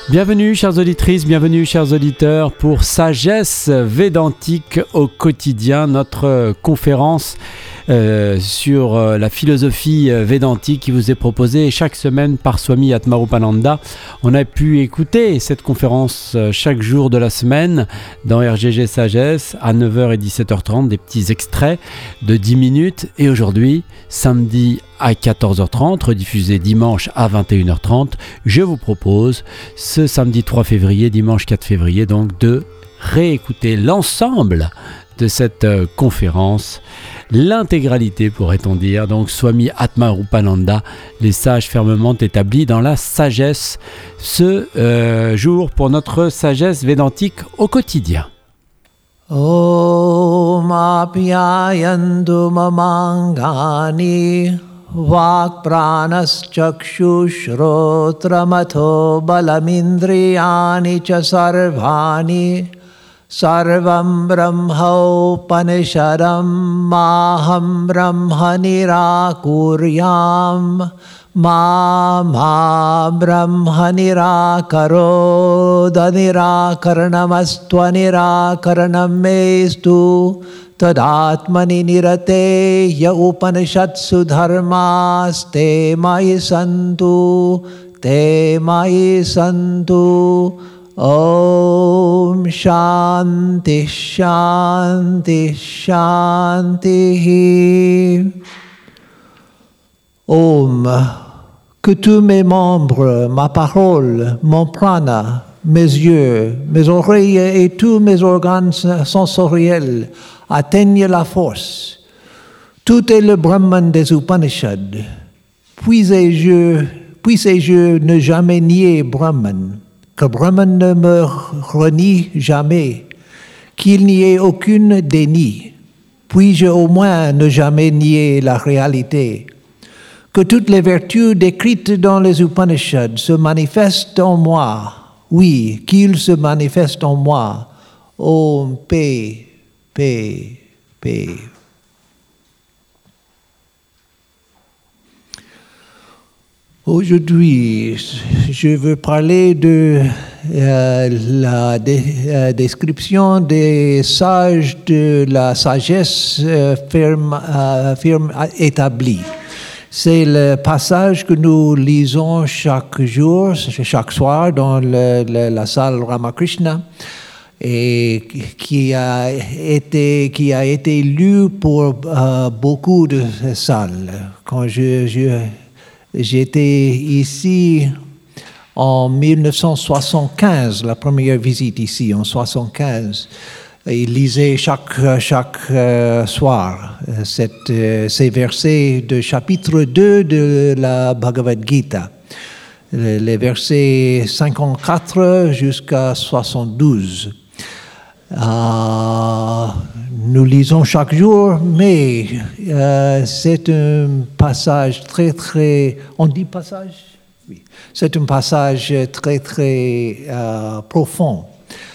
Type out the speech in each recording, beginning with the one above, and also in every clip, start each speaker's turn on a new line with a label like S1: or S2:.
S1: Bienvenue chères auditrices, bienvenue chers auditeurs pour Sagesse Védantique au quotidien, notre conférence sur la philosophie védantique qui vous est proposée chaque semaine par Swami Atmarupananda. On a pu écouter cette conférence chaque jour de la semaine dans RGG Sagesse à 9h et 17h30, des petits extraits de 10 minutes. Et aujourd'hui, samedi à 14h30, rediffusé dimanche à 21h30, je vous propose ce samedi 3 février, dimanche 4 février, donc de réécouter l'ensemble de cette conférence, l'intégralité pourrait-on dire, donc Swami Atmarupananda, les sages fermement établis dans la sagesse, ce jour pour notre sagesse védantique au quotidien.
S2: Om apyayantu mamangani vak pranas chakshushrotramatho balamindriyani cha sarvani sarvam brahmaupanishadam maham brahma nirakuryam ma brahma nirakarod nirakarnamastvanirakaranam mestu tadatmani nirate ya upanishadsu dharmaste mayi santu te mayi santu. Om Shanti Shanti Shanti. Om, que tous mes membres, ma parole, mon prana, mes yeux, mes oreilles et tous mes organes sensoriels atteignent la force. Tout est le Brahman des Upanishads. Puissé-je ne jamais nier Brahman, que Brahman ne me renie jamais, qu'il n'y ait aucune déni. Puis-je au moins ne jamais nier la réalité, que toutes les vertus décrites dans les Upanishads se manifestent en moi, oui, qu'ils se manifestent en moi. Om paix, paix, paix. Aujourd'hui, je veux parler de la description des sages de la sagesse ferme établie. C'est le passage que nous lisons chaque jour, chaque soir dans la salle Ramakrishna et qui a été lu pour beaucoup de salles. Quand j'étais ici en 1975, la première visite ici en 1975. Il lisait chaque soir ces versets de chapitre 2 de la Bhagavad Gita, les versets 54 jusqu'à 72. Nous lisons chaque jour, mais c'est un passage très... On dit passage? Oui. C'est un passage très profond.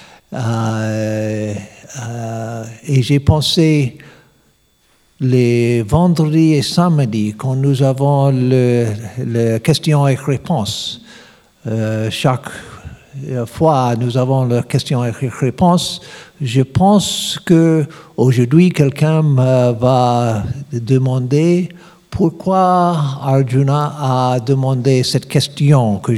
S2: Et j'ai pensé les vendredis et samedis, quand nous avons le questions et réponses, chaque fois nous avons la question et réponse. Je pense que aujourd'hui quelqu'un va demander pourquoi Arjuna a demandé cette question que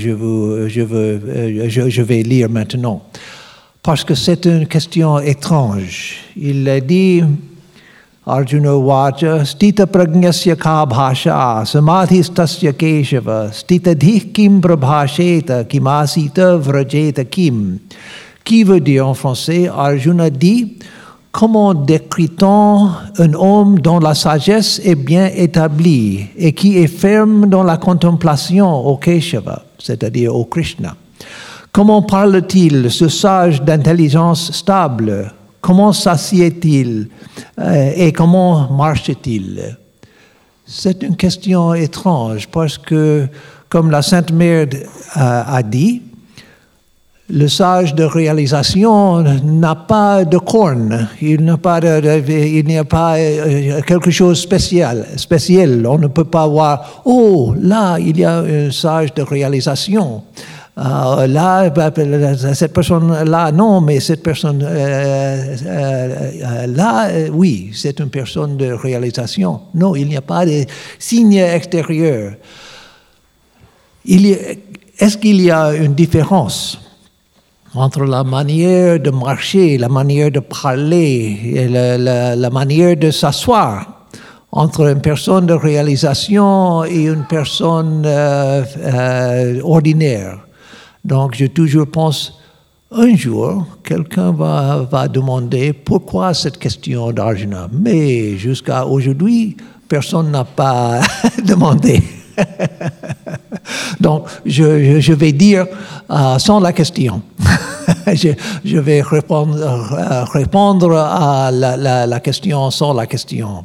S2: je vais lire maintenant. Parce que c'est une question étrange. Il a dit, Arjuna Vacha, Stita pragnasya ka bhasha, samadhistasya keshava, stita dhih kim prabhasheta, kimasita vrajeta kim. Qui veut dire en français, Arjuna dit, comment décrit-on un homme dont la sagesse est bien établie et qui est ferme dans la contemplation au Keshava, c'est-à-dire au Krishna? Comment parle-t-il, ce sage d'intelligence stable? Comment s'assied-il et comment marche-t-il? C'est une question étrange parce que, comme la Sainte Mère a dit, le sage de réalisation n'a pas de corne, il n'y a pas quelque chose de spécial. On ne peut pas voir, oh, là, il y a un sage de réalisation. Là, cette personne-là, non, mais cette personne là, oui, c'est une personne de réalisation. Non, il n'y a pas de signe extérieur. Est-ce qu'il y a une différence entre la manière de marcher, la manière de parler et la manière de s'asseoir entre une personne de réalisation et une personne ordinaire? Donc, je toujours pense, un jour, quelqu'un va demander pourquoi cette question d'Arjuna. Mais jusqu'à aujourd'hui, personne n'a pas demandé. Donc, je vais dire sans la question. je vais répondre à la question sans la question.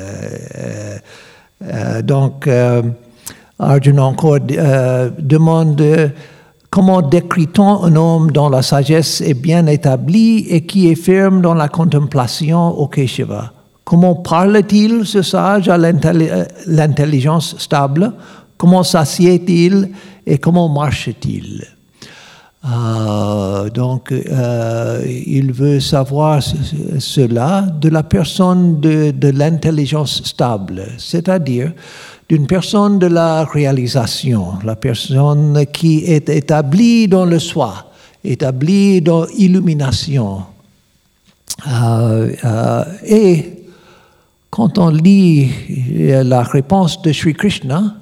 S2: Donc, Arjuna encore demande comment décrit-on un homme dont la sagesse est bien établie et qui est ferme dans la contemplation au Keshava? Comment parle-t-il, ce sage, à l'intelligence stable? Comment s'assied-il et comment marche-t-il? Donc, il veut savoir cela de la personne de l'intelligence stable, c'est-à-dire d'une personne de la réalisation, la personne qui est établie dans le soi, établie dans l'illumination. Et quand on lit la réponse de Sri Krishna,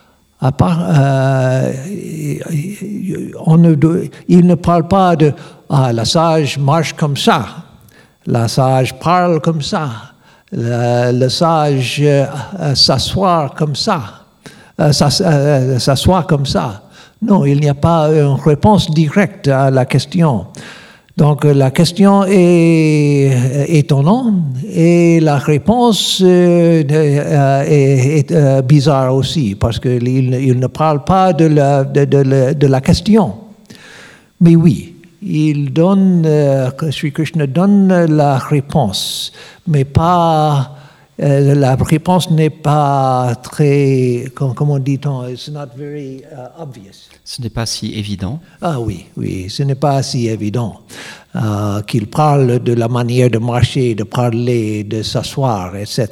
S2: il ne parle pas de la sage marche comme ça, la sage parle comme ça, le sage s'assoit comme ça, s'assoit comme ça. Non, il n'y a pas une réponse directe à la question. Donc la question est étonnante et la réponse est bizarre aussi parce qu'il ne parle pas de la question. Mais oui, Sri Krishna donne la réponse, mais pas la réponse n'est pas très, comment dit-on, it's not very obvious.
S3: Ce n'est pas si évident.
S2: Ah oui, ce n'est pas si évident qu'il parle de la manière de marcher, de parler, de s'asseoir, etc.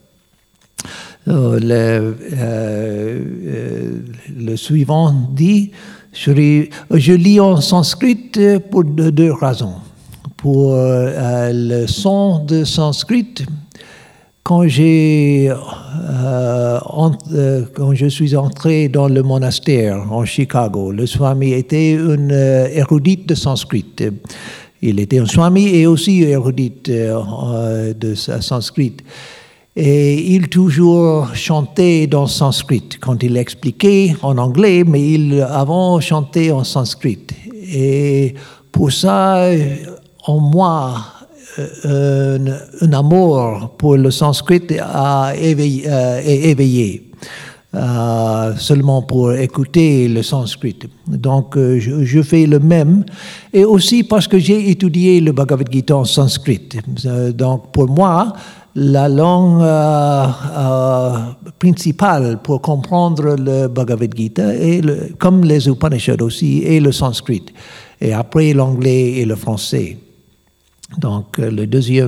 S2: Le suivant dit, je lis en sanskrit pour deux raisons. Pour le son de sanskrit, quand je suis entré dans le monastère en Chicago, le Swami était un érudite de sanskrit. Il était un Swami et aussi érudite de sanskrit. Et il toujours chantait dans sanskrit. Quand il expliquait en anglais, mais il avant chantait en sanskrit. Et pour ça, en moi, un amour pour le sanskrit est éveillé. Seulement pour écouter le sanskrit. Donc, je fais le même. Et aussi parce que j'ai étudié le Bhagavad Gita en sanskrit. Donc, pour moi, la langue principale pour comprendre le Bhagavad Gita, comme les Upanishads aussi, est le sanskrit. Et après, l'anglais et le français. Donc, le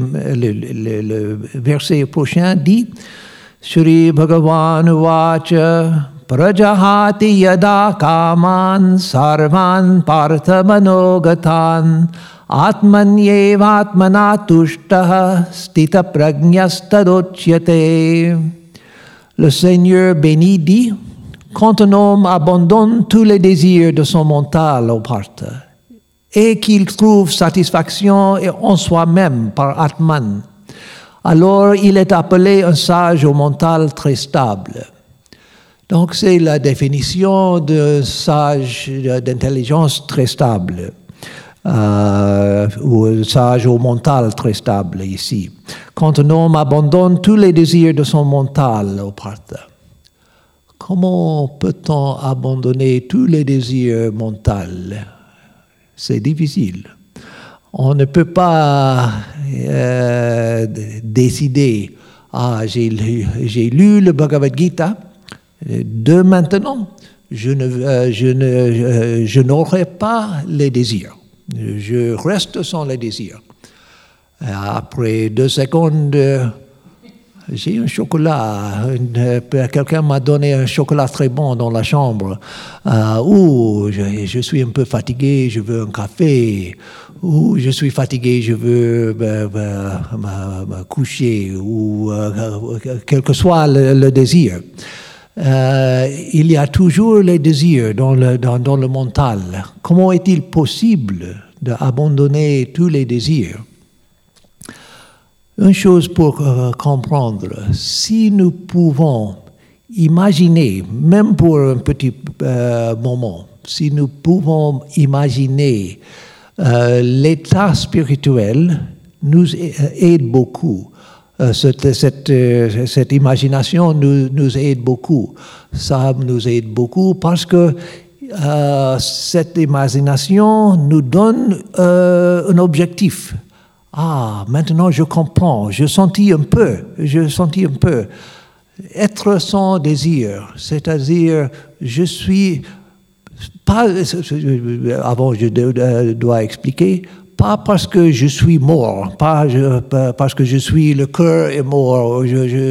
S2: verset prochain dit Shri Bhagavan Vacha Prajahati Yada Kaman Sarvan Partha Manogatan Atmanyevatmana Tushtaha Stita Pragnyastadochyate. Le Seigneur béni dit quand un homme abandonne tous les désirs de son mental au Partha et qu'il trouve satisfaction en soi-même par Atman, alors il est appelé un sage au mental très stable. Donc c'est la définition de sage d'intelligence très stable, ou sage au mental très stable ici. Quand un homme abandonne tous les désirs de son mental au Partha, comment peut-on abandonner tous les désirs mentaux? C'est difficile. On ne peut pas décider, j'ai lu le Bhagavad Gita, de maintenant, je n'aurai pas les désirs. Je reste sans les désirs. Après 2 secondes, j'ai un chocolat. Quelqu'un m'a donné un chocolat très bon dans la chambre. Ou je suis un peu fatigué, je veux un café. Ou je suis fatigué, je veux me coucher. Ou quel que soit le désir. Il y a toujours les désirs dans le mental. Comment est-il possible d'abandonner tous les désirs? Une chose pour comprendre, si nous pouvons imaginer, même pour un petit moment, si nous pouvons imaginer l'état spirituel, nous aide beaucoup. Cette imagination nous aide beaucoup. Ça nous aide beaucoup parce que cette imagination nous donne un objectif. Maintenant je comprends, je sentis un peu. Être sans désir, c'est-à-dire je suis pas, avant je dois expliquer, pas parce que je suis mort, pas parce que le cœur est mort,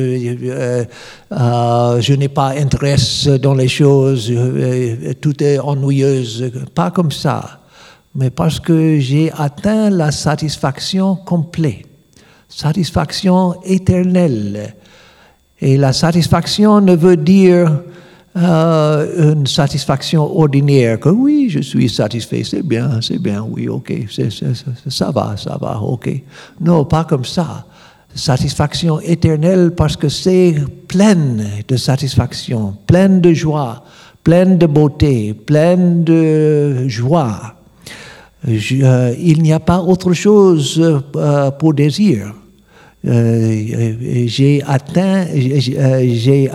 S2: je n'ai pas intérêt dans les choses, tout est ennuyeuse, pas comme ça. Mais parce que j'ai atteint la satisfaction complète, satisfaction éternelle. Et la satisfaction ne veut dire une satisfaction ordinaire, que oui, je suis satisfait, c'est bien, oui, ok, ça va, ok. Non, pas comme ça. Satisfaction éternelle parce que c'est pleine de satisfaction, pleine de joie, pleine de beauté, pleine de joie. Il n'y a pas autre chose pour désir. J'ai atteint, j'ai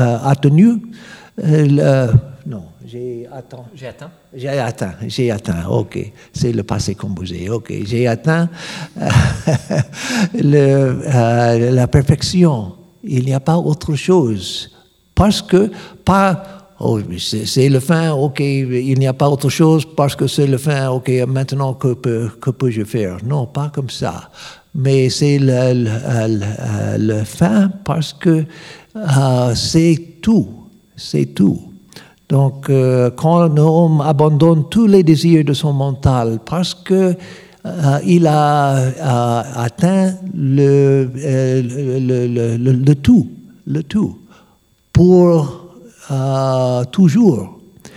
S2: atteint, ok, c'est le passé composé, ok, j'ai atteint la perfection. Il n'y a pas autre chose. Parce que, c'est le fin, ok, il n'y a pas autre chose parce que c'est le fin, ok, maintenant que peux-je faire? Non, pas comme ça. Mais c'est le fin parce que c'est tout. Donc, quand l'homme abandonne tous les désirs de son mental parce que il a atteint le tout pour toujours.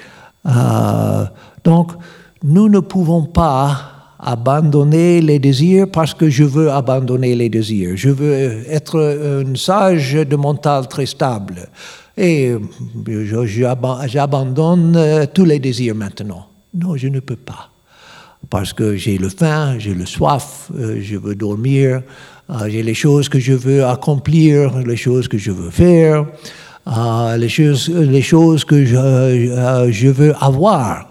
S2: Donc, nous ne pouvons pas abandonner les désirs parce que je veux abandonner les désirs. Je veux être un sage de mental très stable. Et j'abandonne tous les désirs maintenant. Non, je ne peux pas. Parce que j'ai le faim, j'ai le soif, je veux dormir, j'ai les choses que je veux accomplir, les choses que je veux faire, les choses que je veux avoir.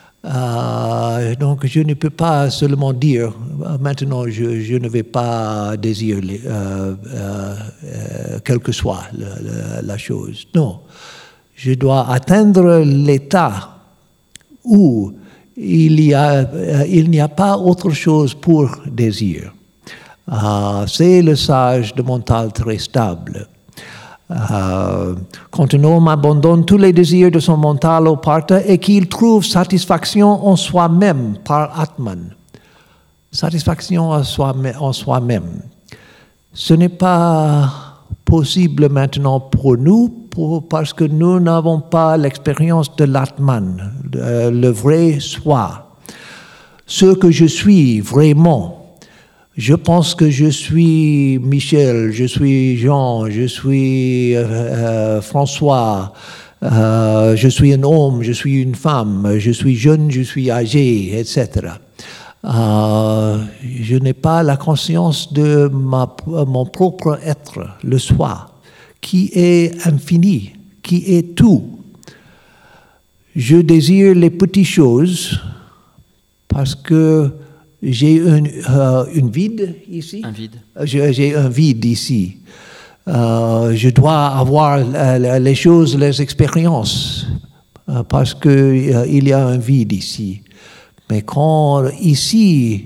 S2: Donc je ne peux pas seulement dire maintenant je ne vais pas désirer quelle que soit la chose. Non, je dois atteindre l'état où il n'y a pas autre chose pour désir. C'est le sage de mental très stable. Quand un homme abandonne tous les désirs de son mental au parta et qu'il trouve satisfaction en soi-même par Atman. Satisfaction en soi-même. Ce n'est pas possible maintenant pour nous parce que nous n'avons pas l'expérience de l'Atman, le vrai soi. Ce que je suis vraiment. Je pense que je suis Michel, je suis Jean, je suis François, je suis un homme, je suis une femme, je suis jeune, je suis âgé, etc. Je n'ai pas la conscience de mon propre être, le soi, qui est infini, qui est tout. Je désire les petites choses parce que j'ai une vide ici.
S1: Un vide.
S2: J'ai un vide ici. Je dois avoir les choses, les expériences. parce qu'il y a un vide ici. Mais quand ici,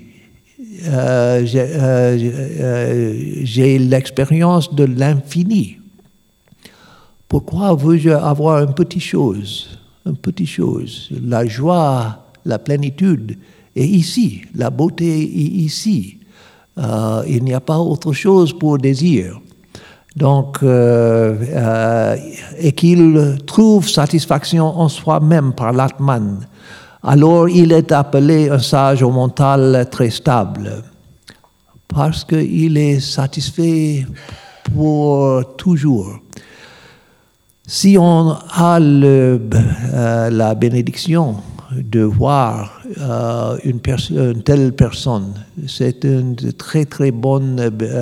S2: j'ai l'expérience de l'infini, pourquoi veux-je avoir une petite chose? Une petite chose. La joie, la plénitude est ici. La beauté est ici. Il n'y a pas autre chose pour désir. Donc, et qu'il trouve satisfaction en soi-même par l'Atman. Alors, il est appelé un sage au mental très stable. Parce qu'il est satisfait pour toujours. Si on a la bénédiction de voir une telle personne, c'est une très très bonne,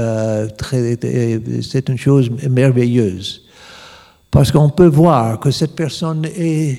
S2: c'est une chose merveilleuse. Parce qu'on peut voir que cette personne est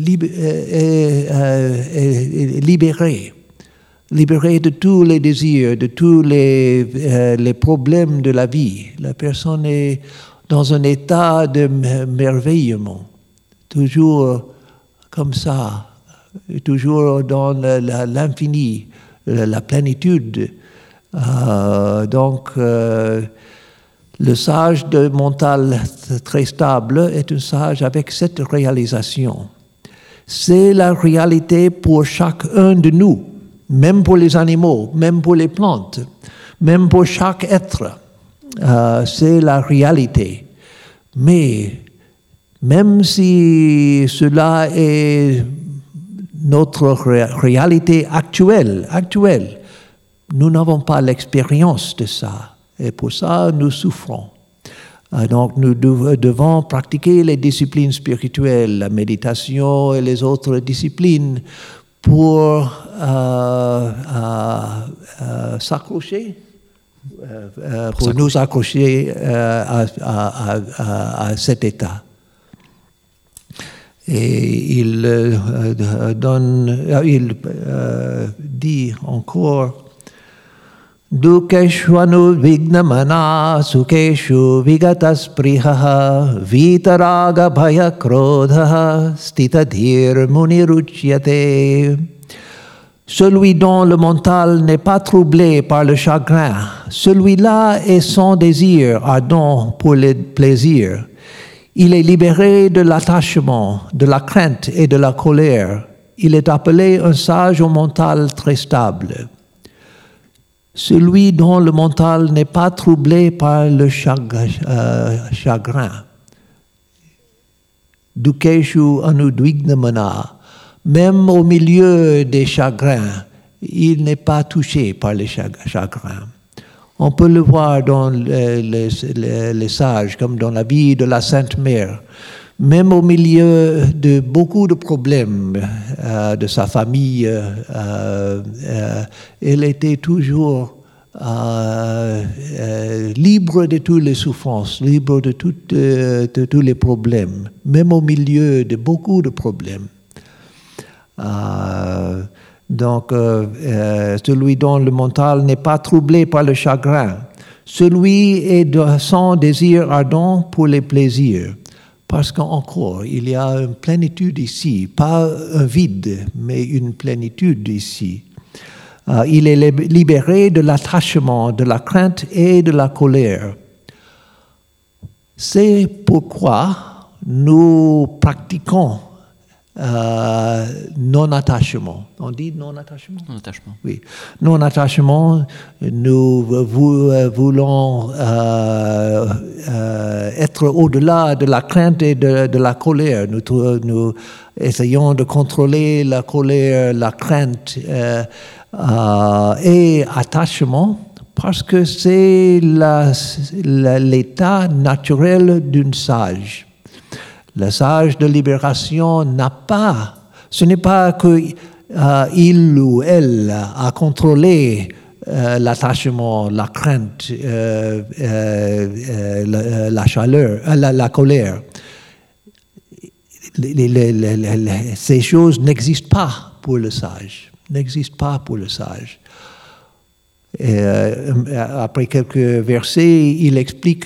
S2: libérée de tous les désirs, de tous les problèmes de la vie. La personne est dans un état de merveillement, toujours comme ça, toujours dans l'infini, la plénitude. Donc, le sage de mental très stable est un sage avec cette réalisation. C'est la réalité pour chacun de nous, même pour les animaux, même pour les plantes, même pour chaque être. C'est la réalité. Mais même si cela est notre réalité actuelle, nous n'avons pas l'expérience de ça. Et pour ça, nous souffrons. Donc, nous devons pratiquer les disciplines spirituelles, la méditation et les autres disciplines pour s'accrocher. Pour nous accrocher à cet état. Et il dit encore Dukeshu vignamana sukeshu vigatas prihaha vitaraga bhaya krodha stitadir muniruchyate. Celui dont le mental n'est pas troublé par le chagrin, celui-là est sans désir ardent pour le plaisir. Il est libéré de l'attachement, de la crainte et de la colère. Il est appelé un sage au mental très stable. Celui dont le mental n'est pas troublé par le chagrin. Dukeshu anudvignamana. Même au milieu des chagrins, il n'est pas touché par les chagrins. On peut le voir dans les sages, comme dans la vie de la Sainte Mère. Même au milieu de beaucoup de problèmes de sa famille, elle était toujours libre de toutes les souffrances, libre de tous les problèmes, même au milieu de beaucoup de problèmes. Donc, celui dont le mental n'est pas troublé par le chagrin, celui est sans désir ardent pour les plaisirs. Parce qu'encore, il y a une plénitude ici, pas un vide, mais une plénitude ici. Il est libéré de l'attachement, de la crainte et de la colère. C'est pourquoi nous pratiquons non-attachement. On dit non-attachement?
S3: Non-attachement.
S2: Oui. Non-attachement, nous voulons être au-delà de la crainte et de la colère. Nous essayons de contrôler la colère, la crainte et attachement parce que c'est l'état naturel d'un sage. Le sage de libération ce n'est pas qu'il ou elle a contrôlé l'attachement, la crainte, la chaleur, la colère. Ces choses n'existent pas pour le sage. Après quelques versets, il explique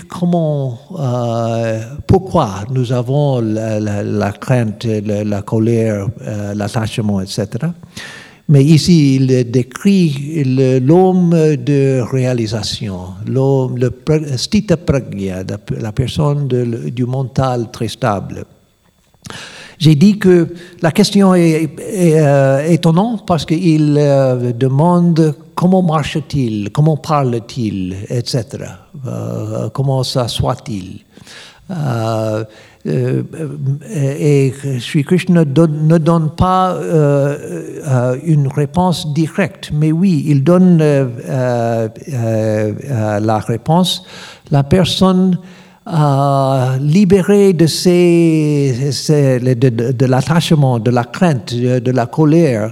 S2: pourquoi nous avons la crainte, la colère, l'attachement, etc. Mais ici, il décrit l'homme de réalisation, le stita pragya, la personne du mental très stable. J'ai dit que la question est étonnante parce qu'il demande comment marche-t-il, comment parle-t-il, etc. Comment ça soit-il. Et Sri Krishna ne donne pas une réponse directe, mais oui, il donne la réponse. La personne libérée de l'attachement, de la crainte, de la colère,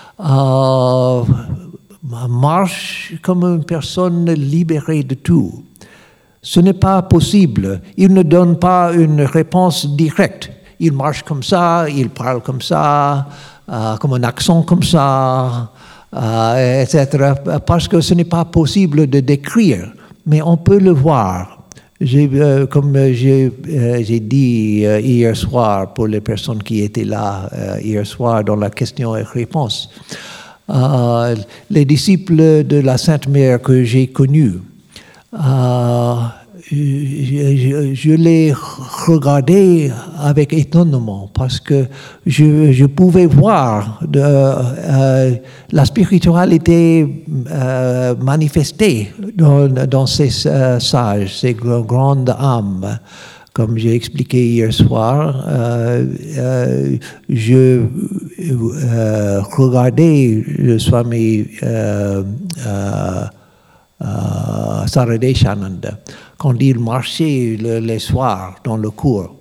S2: marche comme une personne libérée de tout. Ce n'est pas possible. Il ne donne pas une réponse directe. Il marche comme ça, il parle comme ça, comme un accent comme ça, etc. Parce que ce n'est pas possible de décrire, mais on peut le voir. Comme j'ai dit hier soir pour les personnes qui étaient là hier soir dans la question et réponse, les disciples de la Sainte Mère que j'ai connus, je les regardais avec étonnement parce que je pouvais voir la spiritualité manifestée dans ces sages, ces grandes âmes. Comme j'ai expliqué hier soir, je regardais le Swami Saradeshananda quand il marchait les soirs dans le cours.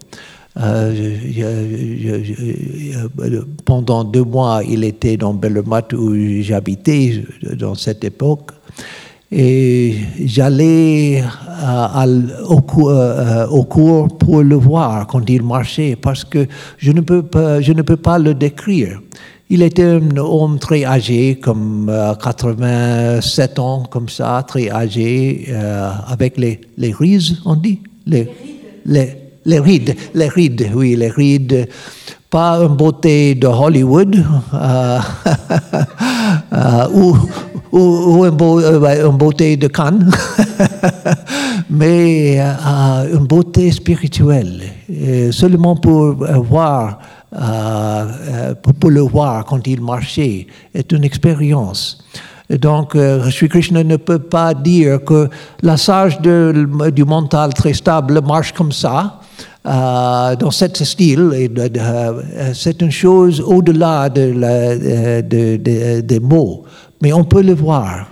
S2: Pendant 2 mois, il était dans Bellemat où j'habitais dans cette époque. Et j'allais au cours pour le voir quand il marchait parce que je ne peux pas le décrire. Il était un homme très âgé, comme 87 ans, comme ça, très âgé, avec les rides, on dit les rides, oui, les rides. Pas une beauté de Hollywood, ou une beauté de Cannes, mais une beauté spirituelle, seulement pour le voir quand il marchait, est une expérience. Et donc, Sri Krishna ne peut pas dire que la sage du mental très stable marche comme ça, dans ce style. C'est une chose au-delà des mots, mais on peut le voir,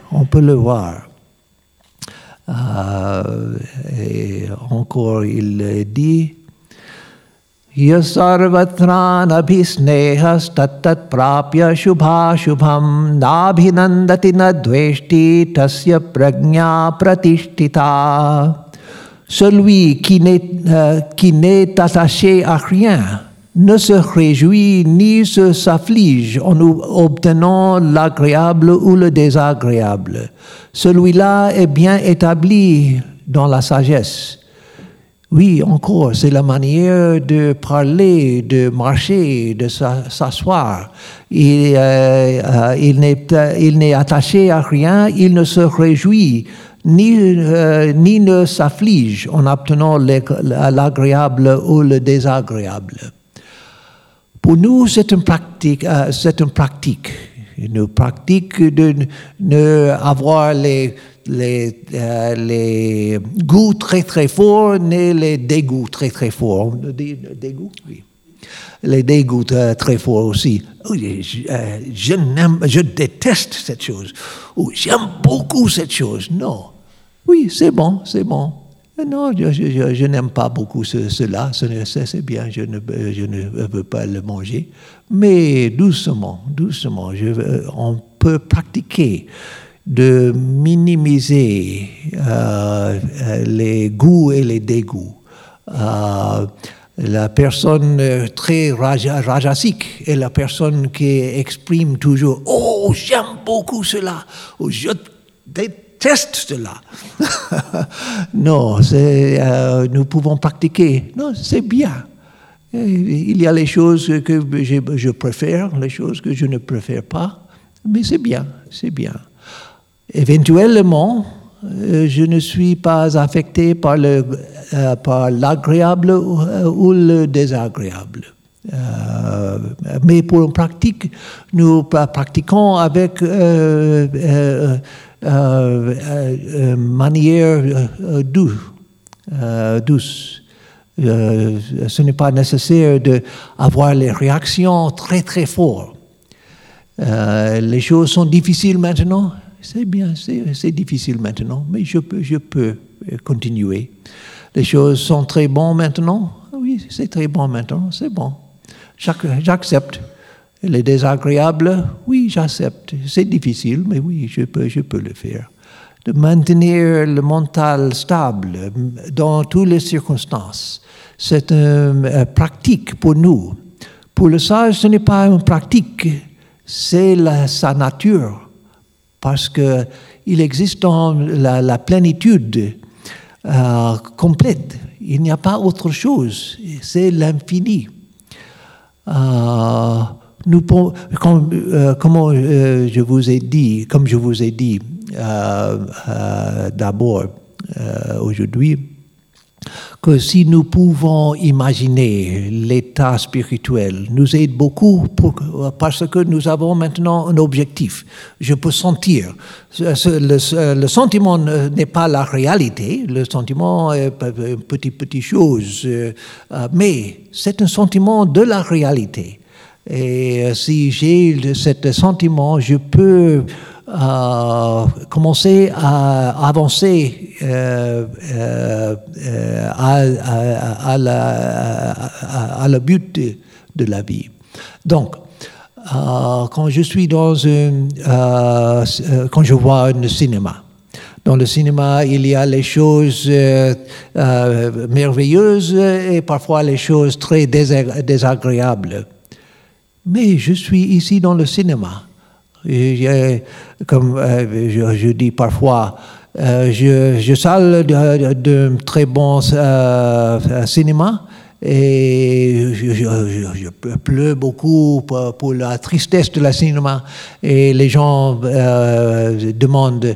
S2: et encore, il dit Yasarvatran abhisnehas tattat prapya shubha shubham nabhinandati nadveshti tasya prajna pratishtita. Celui qui n'est attaché à rien ne se réjouit ni s'afflige en obtenant l'agréable ou le désagréable. Celui-là est bien établi dans la sagesse. Oui, encore, c'est la manière de parler, de marcher, de s'asseoir. Il n'est attaché à rien, il ne se réjouit, ni ne s'afflige en obtenant l'agréable ou le désagréable. Pour nous, c'est une pratique. Une pratique de ne avoir les goûts très très forts, ni les dégoûts très très forts. Dégoûts, oui. Les dégoûts très forts aussi. Je déteste cette chose. Ou j'aime beaucoup cette chose. Non. Oui, c'est bon. Non, je n'aime pas beaucoup cela. C'est bien, je ne veux pas le manger. Mais doucement, on peut pratiquer de minimiser les goûts et les dégoûts. La personne très rajasique est la personne qui exprime toujours « Oh, j'aime beaucoup cela » ou « Je déteste cela. Non, nous pouvons pratiquer. Non, c'est bien. Il y a les choses que je préfère, les choses que je ne préfère pas, mais c'est bien, c'est bien. Éventuellement, je ne suis pas affecté par l'agréable ou le désagréable. Mais pour une pratique, nous pratiquons avec manière douce. Ce n'est pas nécessaire d'avoir les réactions très très fortes. Les choses sont difficiles maintenant. C'est bien, c'est difficile maintenant, mais je peux continuer. Les choses sont très bonnes maintenant. Oui, c'est très bon maintenant, c'est bon. J'accepte. Les désagréables, oui, j'accepte. C'est difficile, mais oui, je peux le faire. De maintenir le mental stable dans toutes les circonstances, c'est une pratique pour nous. Pour le sage, ce n'est pas une pratique, c'est sa nature. Parce qu'il existe dans la plénitude complète. Il n'y a pas autre chose. C'est l'infini. Comme je vous ai dit d'abord aujourd'hui, que si nous pouvons imaginer l'état spirituel, nous aide beaucoup parce que nous avons maintenant un objectif. Je peux sentir. Le sentiment n'est pas la réalité. Le sentiment est une petite chose, mais c'est un sentiment de la réalité. Et si j'ai ce sentiment, je peux commencer à avancer à le but de la vie. Donc, quand je suis quand je vois un cinéma, dans le cinéma, il y a les choses merveilleuses et parfois les choses très désagréables. Mais je suis ici dans le cinéma. Comme je dis parfois, je sors d'un très bon cinéma et je pleure beaucoup pour la tristesse de la cinéma et les gens demandent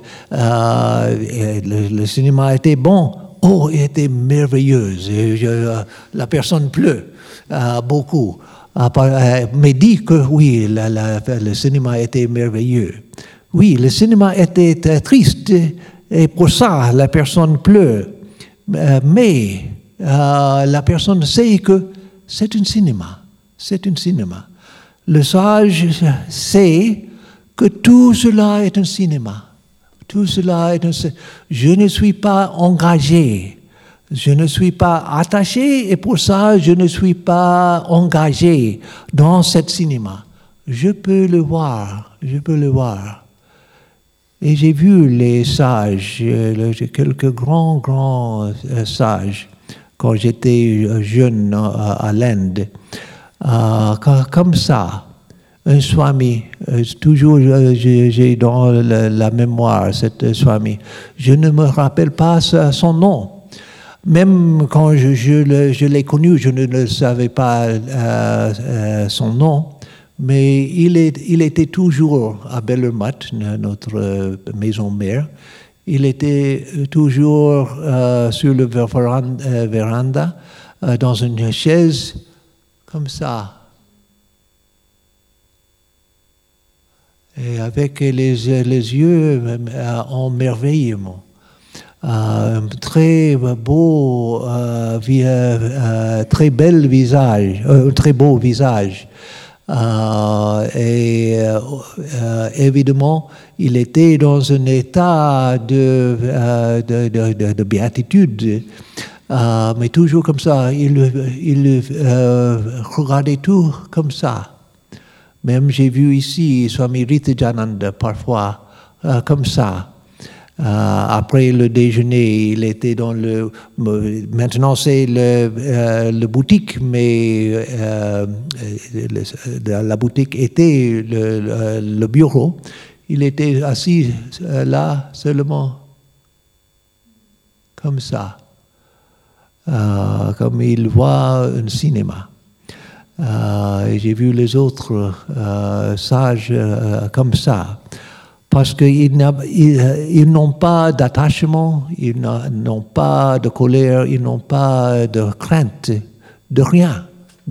S2: le cinéma était bon, oh, il était merveilleux, la personne pleure beaucoup. Mais dit que oui, le cinéma était merveilleux. Oui, le cinéma était triste et pour ça la personne pleure. Mais la personne sait que c'est un cinéma. C'est un cinéma. Le sage sait que tout cela est un cinéma. Tout cela est un cinéma. Je ne suis pas engagé. Je ne suis pas attaché et pour ça, je ne suis pas engagé dans ce cinéma. Je peux le voir, je peux le voir. Et j'ai vu les sages, quelques grands sages, quand j'étais jeune à l'Inde, comme ça. Un swami, toujours j'ai dans la mémoire cette swami. Je ne me rappelle pas son nom. Même quand je l'ai connu, je ne savais pas son nom, mais il était toujours à Bellermat, notre maison mère. Il était toujours sur le véranda, dans une chaise, comme ça. Et avec les yeux en merveillement. Très beau, très bel visage, très beau visage. Et évidemment, il était dans un état de béatitude, mais toujours comme ça. Il regardait tout comme ça. Même j'ai vu ici Swami Ritajananda parfois comme ça. Après le déjeuner, il était dans le... Maintenant, c'est le boutique, mais la boutique était le bureau. Il était assis là seulement, comme ça, comme il voit un cinéma. Et j'ai vu les autres sages comme ça, parce qu'ils n'ont pas d'attachement, ils n'ont pas de colère, ils n'ont pas de crainte, de rien.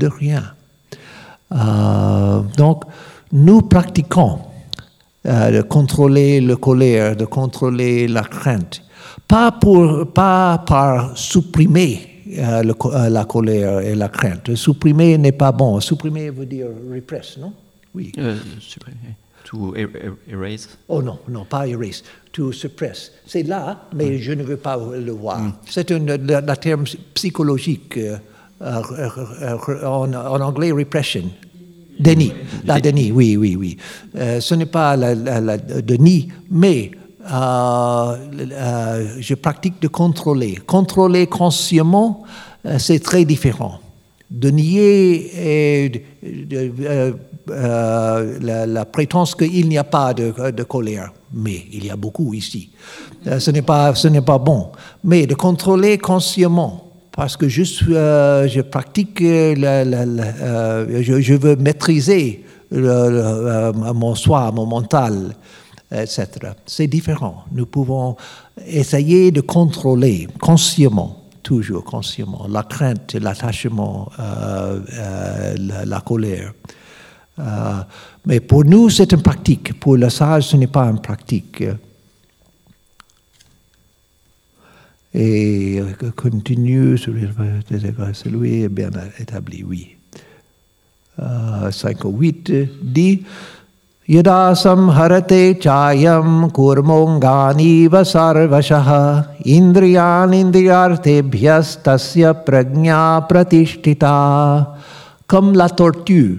S2: Donc, nous pratiquons de contrôler la colère, de contrôler la crainte, pas par supprimer la colère et la crainte. Supprimer n'est pas bon. Supprimer veut dire repress, non? Oui.
S3: Supprimer. To erase.
S2: Oh non, pas erase. To suppress. C'est là, mais je ne veux pas le voir. C'est un terme psychologique. En anglais, repression. Déni. La déni, oui. Ce n'est pas la déni, mais je pratique de contrôler. Contrôler consciemment, c'est très différent. De nier la prétence qu'il n'y a pas de colère, mais il y a beaucoup ici. Ce n'est pas bon. Mais de contrôler consciemment, parce que je pratique, je veux maîtriser mon soi, mon mental, etc. C'est différent. Nous pouvons essayer de contrôler consciemment, toujours consciemment, la crainte, l'attachement, la colère. Mais pour nous, c'est une pratique. Pour le sage, ce n'est pas une pratique. Et continue, celui est bien établi, oui. 5 ou 8 dit Yada samharate chayam kurmonganiva sarvashaha indriyan indriyartebhyas tasya prajna pratishtita. Comme la tortue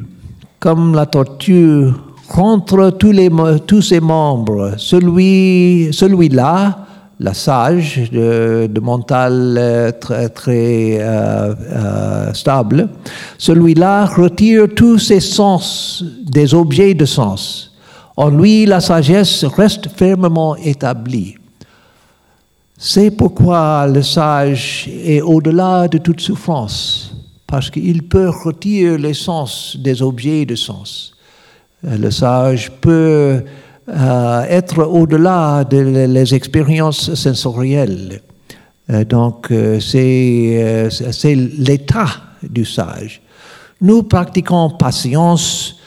S2: contre tous ses membres, celui-là, la sage de mental très stable, celui-là retire tous ses sens des objets de sens. En lui, la sagesse reste fermement établie. C'est pourquoi le sage est au-delà de toute souffrance, parce qu'il peut retirer les sens des objets de sens. Le sage peut être au-delà des expériences sensorielles. Donc, c'est l'état du sage. Nous pratiquons patience,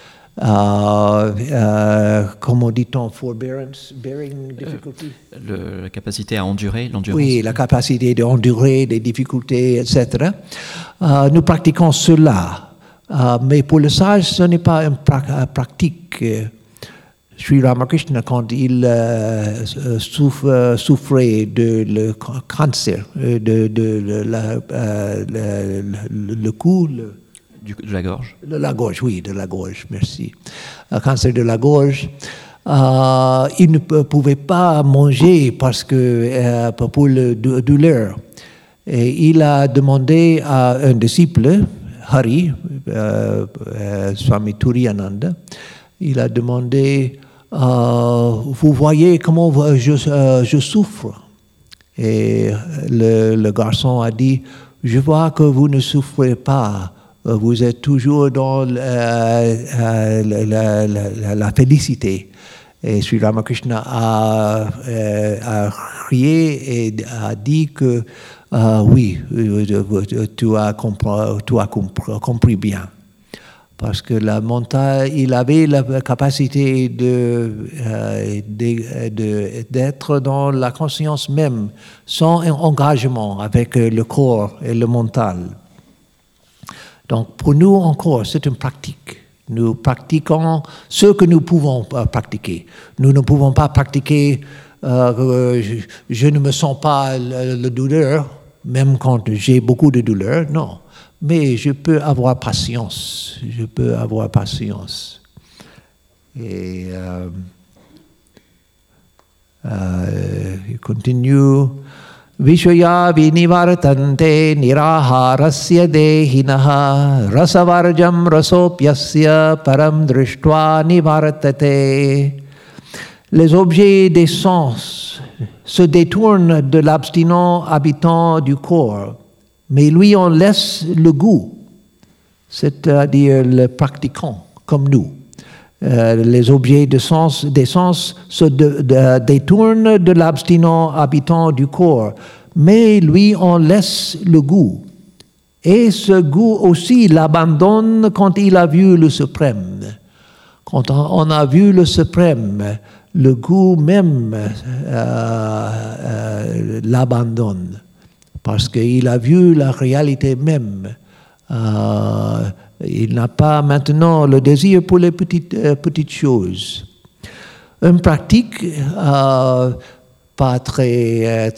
S2: comment dit-on, forbearance, bearing difficulty?
S3: La capacité à endurer, l'endurance.
S2: Oui, la capacité d'endurer des difficultés, etc. Nous pratiquons cela. Mais pour le sage, ce n'est pas une pratique. Sri Ramakrishna, quand il souffrait de le cancer, le cou,
S3: de la gorge.
S2: De la gorge, oui, de la gorge, merci. Le cancer de la gorge, il ne pouvait pas manger parce que pour la douleur. Et il a demandé à un disciple, Hari, Swami Turiyananda, il a demandé vous voyez comment je souffre. Et le garçon a dit, je vois que vous ne souffrez pas, vous êtes toujours dans la félicité. Et Sri Ramakrishna a crié et a dit que oui, tu as compris bien. Parce que la montagne, il avait la capacité d'être dans la conscience même, sans un engagement avec le corps et le mental. Donc pour nous encore, c'est une pratique. Nous pratiquons ce que nous pouvons pratiquer. Nous ne pouvons pas pratiquer, je ne me sens pas la douleur, même quand j'ai beaucoup de douleur, non. Mais je peux avoir patience. Et il continue. Vishaya vinivartante niraharasya dehinaha rasavarjam rasopyasya param drishtva nivartate. Les objets des sens se détournent de l'abstinent habitant du corps, mais lui en laisse le goût, c'est-à-dire le pratiquant, comme nous. Les objets des sens se détournent de l'abstinent habitant du corps, mais lui en laisse le goût. Et ce goût aussi l'abandonne quand il a vu le suprême. Quand on a vu le suprême, le goût même l'abandonne, parce qu'il a vu la réalité même. Il n'a pas maintenant le désir pour les petites choses. Une pratique pas très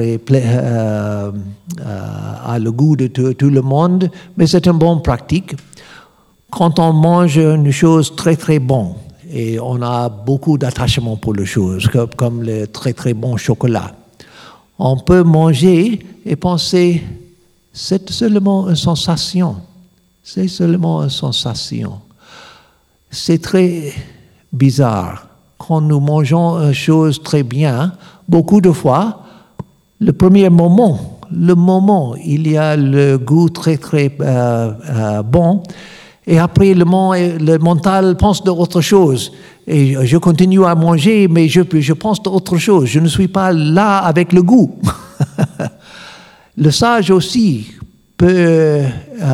S2: à le goût de tout le monde, mais c'est une bonne pratique. Quand on mange une chose très très bonne, et on a beaucoup d'attachement pour les choses, comme le très très bon chocolat, on peut manger et penser, c'est seulement une sensation. C'est seulement une sensation. C'est très bizarre. Quand nous mangeons une chose très bien, beaucoup de fois, le premier moment, il y a le goût très très bon, et après le mental pense d'autre chose. Et je continue à manger, mais je pense d'autre chose. Je ne suis pas là avec le goût. Le sage aussi peut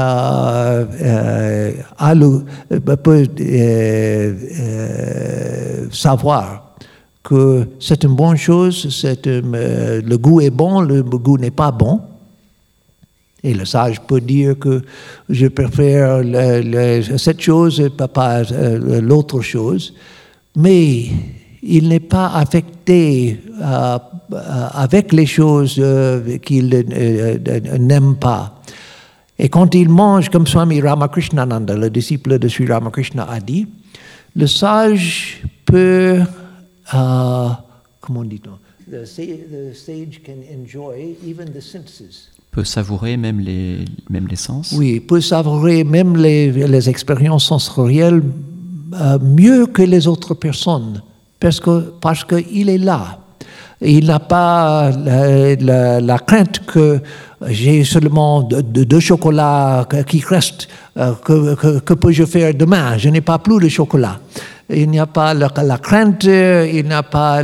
S2: savoir que c'est une bonne chose, le goût est bon, le goût n'est pas bon. Et le sage peut dire que je préfère cette chose et pas l'autre chose, mais il n'est pas affecté avec les choses qu'il n'aime pas. Et quand il mange, comme Swami Ramakrishnananda, le disciple de Sri Ramakrishna, a dit, le sage peut, comment dit-on, the sage can enjoy even the senses.
S3: Peut savourer même les sens.
S2: Oui, peut savourer même les expériences sensorielles mieux que les autres personnes, parce qu'il est là. Il n'a pas la crainte que j'ai seulement deux chocolats qui restent, que peux-je faire demain? Je n'ai pas plus de chocolat. Il n'y a pas la crainte, il n'y a pas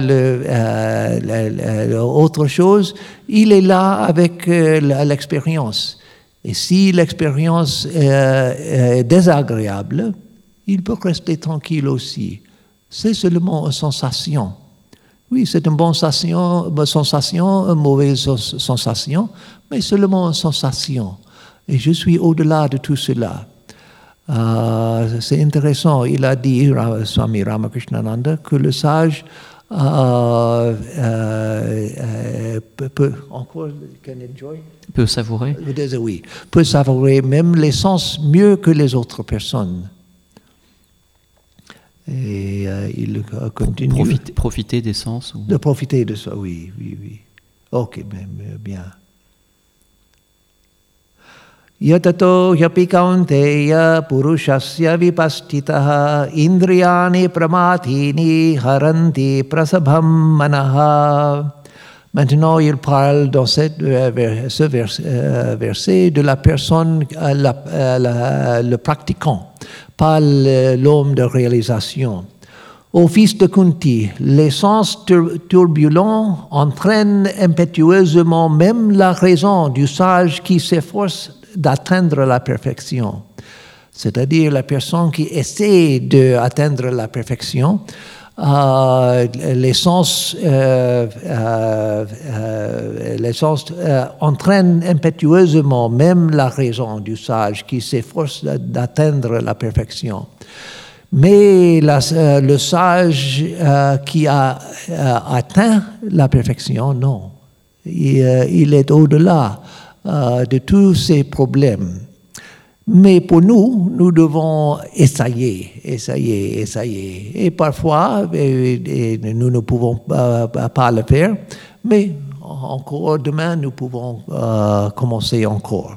S2: autre chose. Il est là avec l'expérience. Et si l'expérience est désagréable, il peut rester tranquille aussi. C'est seulement une sensation. Oui, c'est une bonne sensation, une mauvaise sensation, mais seulement une sensation. Et je suis au-delà de tout cela. C'est intéressant, il a dit, Swami Ramakrishnananda, que le sage
S3: peut savourer.
S2: Oui, peut savourer même les sens mieux que les autres personnes. Et il continue.
S3: Profiter des sens.
S2: De profiter de ça, oui. Ok, bien. Yatato yapi kaunteya purushasya vipastitaha indriyani pramatini haranti prasabham manaha. Maintenant, il parle dans ce verset de la personne, le pratiquant, pas l'homme de réalisation. Ô fils de Kunti, les sens turbulents entraînent impétueusement même la raison du sage qui s'efforce d'atteindre la perfection. C'est-à-dire la personne qui essaie d'atteindre la perfection, les sens entraînent impétueusement même la raison du sage qui s'efforce d'atteindre la perfection. Mais le sage qui a atteint la perfection, non. Il est au-delà de tous ces problèmes. Mais pour nous devons essayer. Et parfois, nous ne pouvons pas le faire, mais encore demain, nous pouvons commencer encore.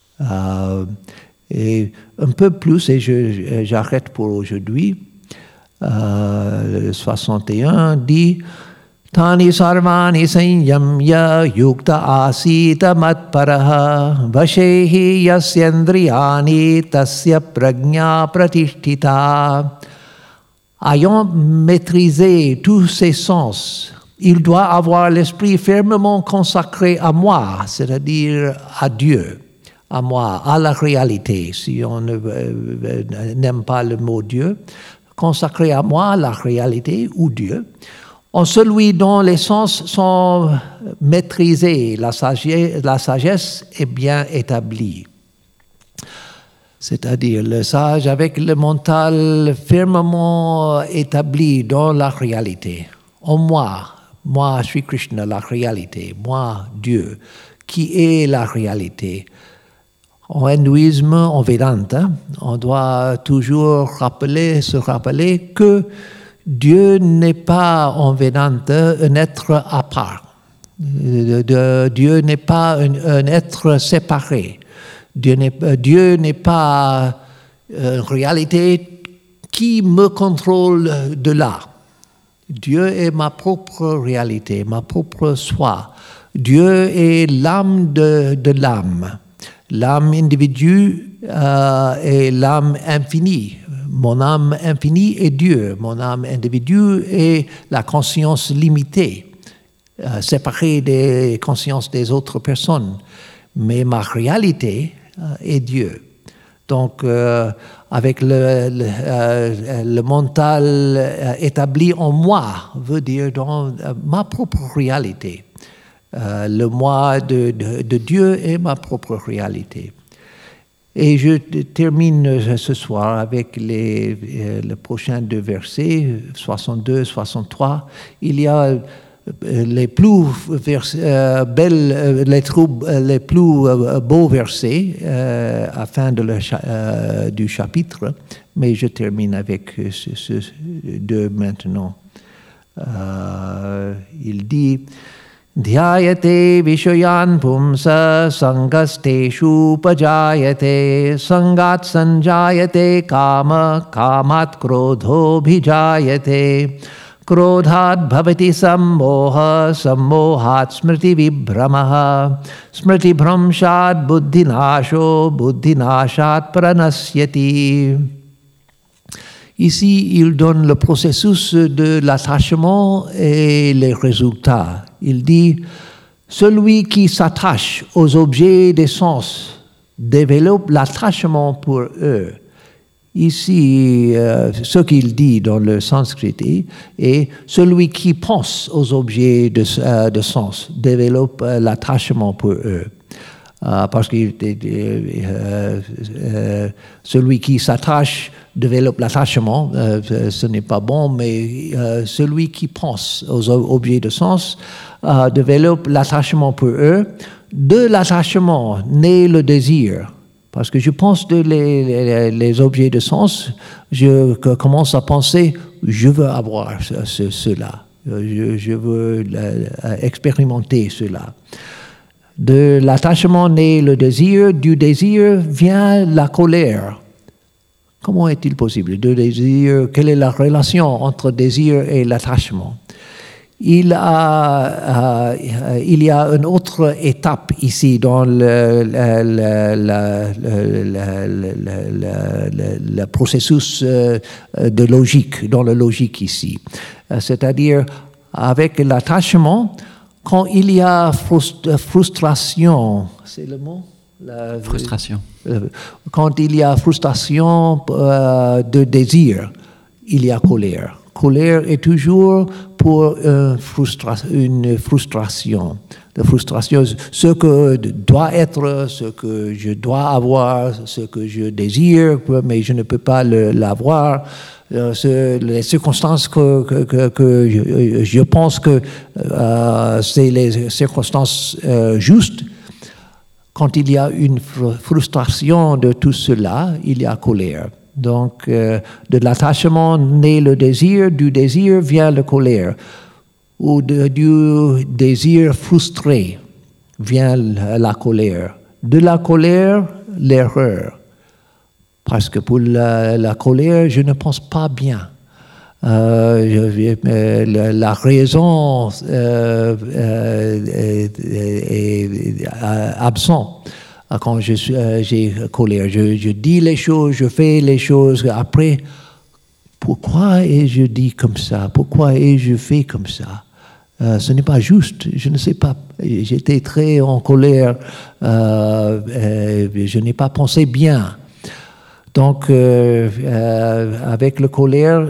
S2: Et un peu plus, et j'arrête pour aujourd'hui, Le 61 dit Tani sarvani sanyamya yukta asita matparaha vashehi yasyendriyani tasya prajna pratishtita. Ayant maîtrisé tous ses sens, il doit avoir l'esprit fermement consacré à moi, c'est-à-dire à Dieu, à moi, à la réalité, si on n'aime pas le mot Dieu, consacré à moi, la réalité ou Dieu, en celui dont les sens sont maîtrisés, la sagesse est bien établie. C'est-à-dire le sage avec le mental fermement établi dans la réalité. En moi, Sri Krishna, la réalité, moi, Dieu, qui est la réalité. En hindouisme, en Vedanta, on doit toujours se rappeler que Dieu n'est pas en Vedanta un être à part. Dieu n'est pas un être séparé. Dieu n'est pas une réalité qui me contrôle de là. Dieu est ma propre réalité, ma propre soi. Dieu est l'âme de l'âme. L'âme individu est l'âme infinie. Mon âme infinie est Dieu. Mon âme individu est la conscience limitée, séparée des consciences des autres personnes. Mais ma réalité est Dieu. Donc, avec le mental établi en moi, veut dire dans ma propre réalité. Le moi de Dieu est ma propre réalité. Et je termine ce soir avec les prochains deux versets, 62, 63. Il y a les plus les plus beaux versets à la fin du chapitre, mais je termine avec ce deux maintenant. Il dit Dhyayate vishayan pumsa sangasteshu pajayate sangat sanjayate kama kamat krodho bhijayate Krodhat bhavati sammoha sammohat smriti vibhramaha smriti bhramshat buddhinasho buddhinashat pranasyati. Ici, il donne le processus de l'attachement et les résultats. Il dit, celui qui s'attache aux objets des sens développe l'attachement pour eux. Ici, ce qu'il dit dans le sanskrit est celui qui pense aux objets de sens développe l'attachement pour eux. Parce que celui qui s'attache développe l'attachement, ce n'est pas bon, mais celui qui pense aux objets de sens développe l'attachement pour eux. De l'attachement naît le désir. Parce que je pense les objets de sens, je commence à penser, je veux avoir cela, je veux expérimenter cela. De l'attachement naît le désir, du désir vient la colère. Comment est-il possible? De désir, quelle est la relation entre désir et l'attachement? Il y a une autre étape ici dans le processus de logique, dans la logique ici. C'est-à-dire, avec l'attachement, quand il y a frustration, c'est le mot?
S3: Frustration.
S2: Quand il y a frustration de désir, il y a colère. Colère est toujours pour une frustration. La frustration, ce que doit être, ce que je dois avoir, ce que je désire, mais je ne peux pas l'avoir. Les circonstances que je pense que c'est les circonstances justes. Quand il y a une frustration de tout cela, il y a colère. Donc, de l'attachement naît le désir, du désir vient la colère, ou du désir frustré vient la colère. De la colère, l'erreur. Parce que pour la colère, je ne pense pas bien. La raison est absente quand j'ai colère. Je dis les choses, je fais les choses. Après, pourquoi ai-je dit comme ça? Pourquoi ai-je fait comme ça? Ce n'est pas juste, je ne sais pas. J'étais très en colère, je n'ai pas pensé bien. Donc, avec la colère,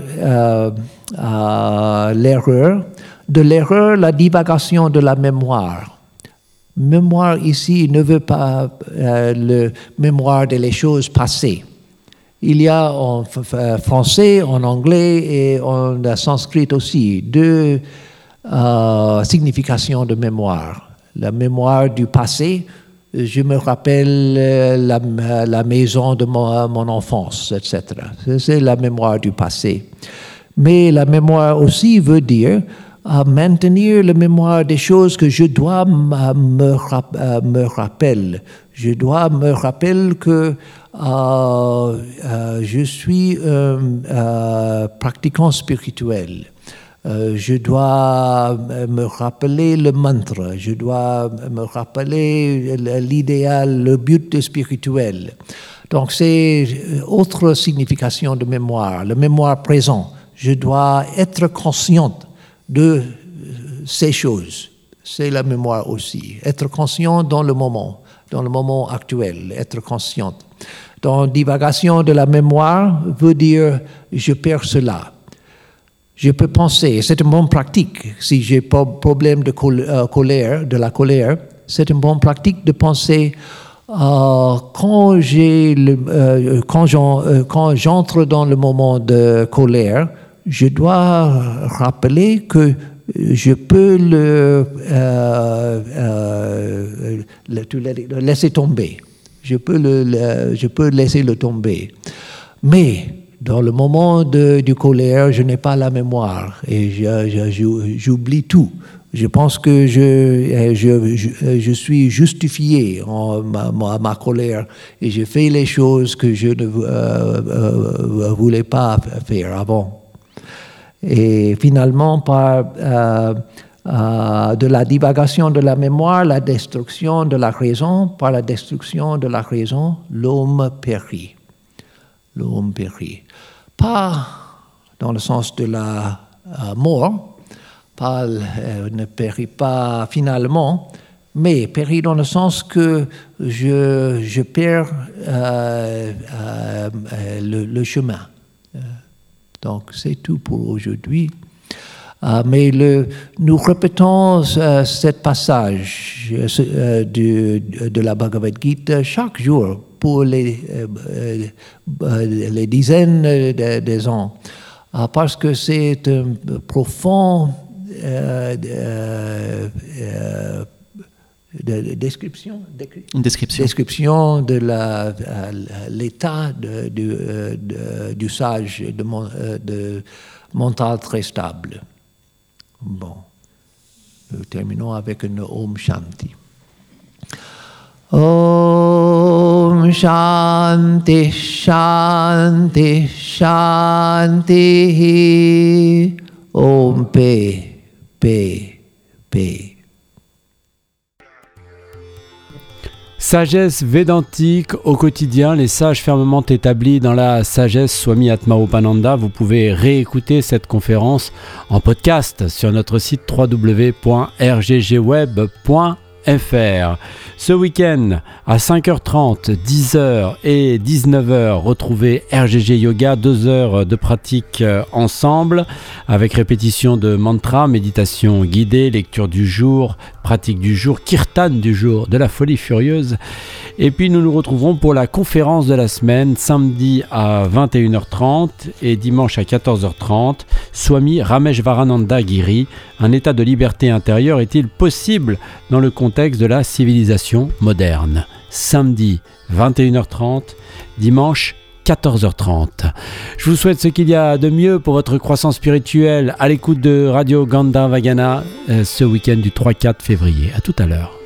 S2: l'erreur, la divagation de la mémoire. Mémoire ici ne veut pas le mémoire des choses passées. Il y a en français, en anglais et en sanskrit aussi deux significations de mémoire. La mémoire du passé, je me rappelle la maison de mon enfance, etc. C'est la mémoire du passé. Mais la mémoire aussi veut dire maintenir la mémoire des choses que je dois me rappeler. Je dois me rappeler que je suis pratiquant spirituel. Je dois me rappeler le mantra, je dois me rappeler l'idéal, le but spirituel. Donc c'est autre signification de mémoire, la mémoire présente. Je dois être consciente de ces choses. C'est la mémoire aussi. Être conscient dans le moment actuel, être consciente. Donc divagation de la mémoire veut dire je perds cela. Je peux penser, c'est une bonne pratique. Si j'ai pas problème de colère, c'est une bonne pratique de penser quand j'entre dans le moment de colère, je dois rappeler que je peux le laisser tomber. Je peux laisser le tomber. Mais dans le moment du colère, je n'ai pas la mémoire et j'oublie tout. Je pense que je suis justifié en ma colère et je fais les choses que je ne voulais pas faire avant. Et finalement, par de la divagation de la mémoire, la destruction de la raison, par la destruction de la raison, l'homme périt. L'homme périt. Pas dans le sens de la mort, ne périt pas finalement, mais périt dans le sens que je perds le chemin. Donc c'est tout pour aujourd'hui. Mais nous répétons ce passage de la Bhagavad Gita chaque jour pour les dizaines des ans, parce que c'est un profond description de l'état du sage de mental très stable. Bon, nous terminons avec un Om Shanti. Om Shanti Shanti Shanti. Om Paix Paix Paix.
S1: Sagesse védantique au quotidien, les sages fermement établis dans la sagesse Swami Atmaopananda. Vous pouvez réécouter cette conférence en podcast sur notre site www.rggweb.fr. Ce week-end, à 5h30, 10h et 19h, retrouvez RGG Yoga, 2 heures de pratique ensemble, avec répétition de mantras, méditation guidée, lecture du jour, pratique du jour, kirtan du jour, de la folie furieuse. Et puis nous nous retrouverons pour la conférence de la semaine, samedi à 21h30 et dimanche à 14h30. Swami Rameshvarananda Giri, un état de liberté intérieure est-il possible dans le contexte de la civilisation moderne? Samedi 21h30, dimanche 14h30. Je vous souhaite ce qu'il y a de mieux pour votre croissance spirituelle à l'écoute de Radio Gandharvagana ce week-end du 3-4 février. À tout à l'heure.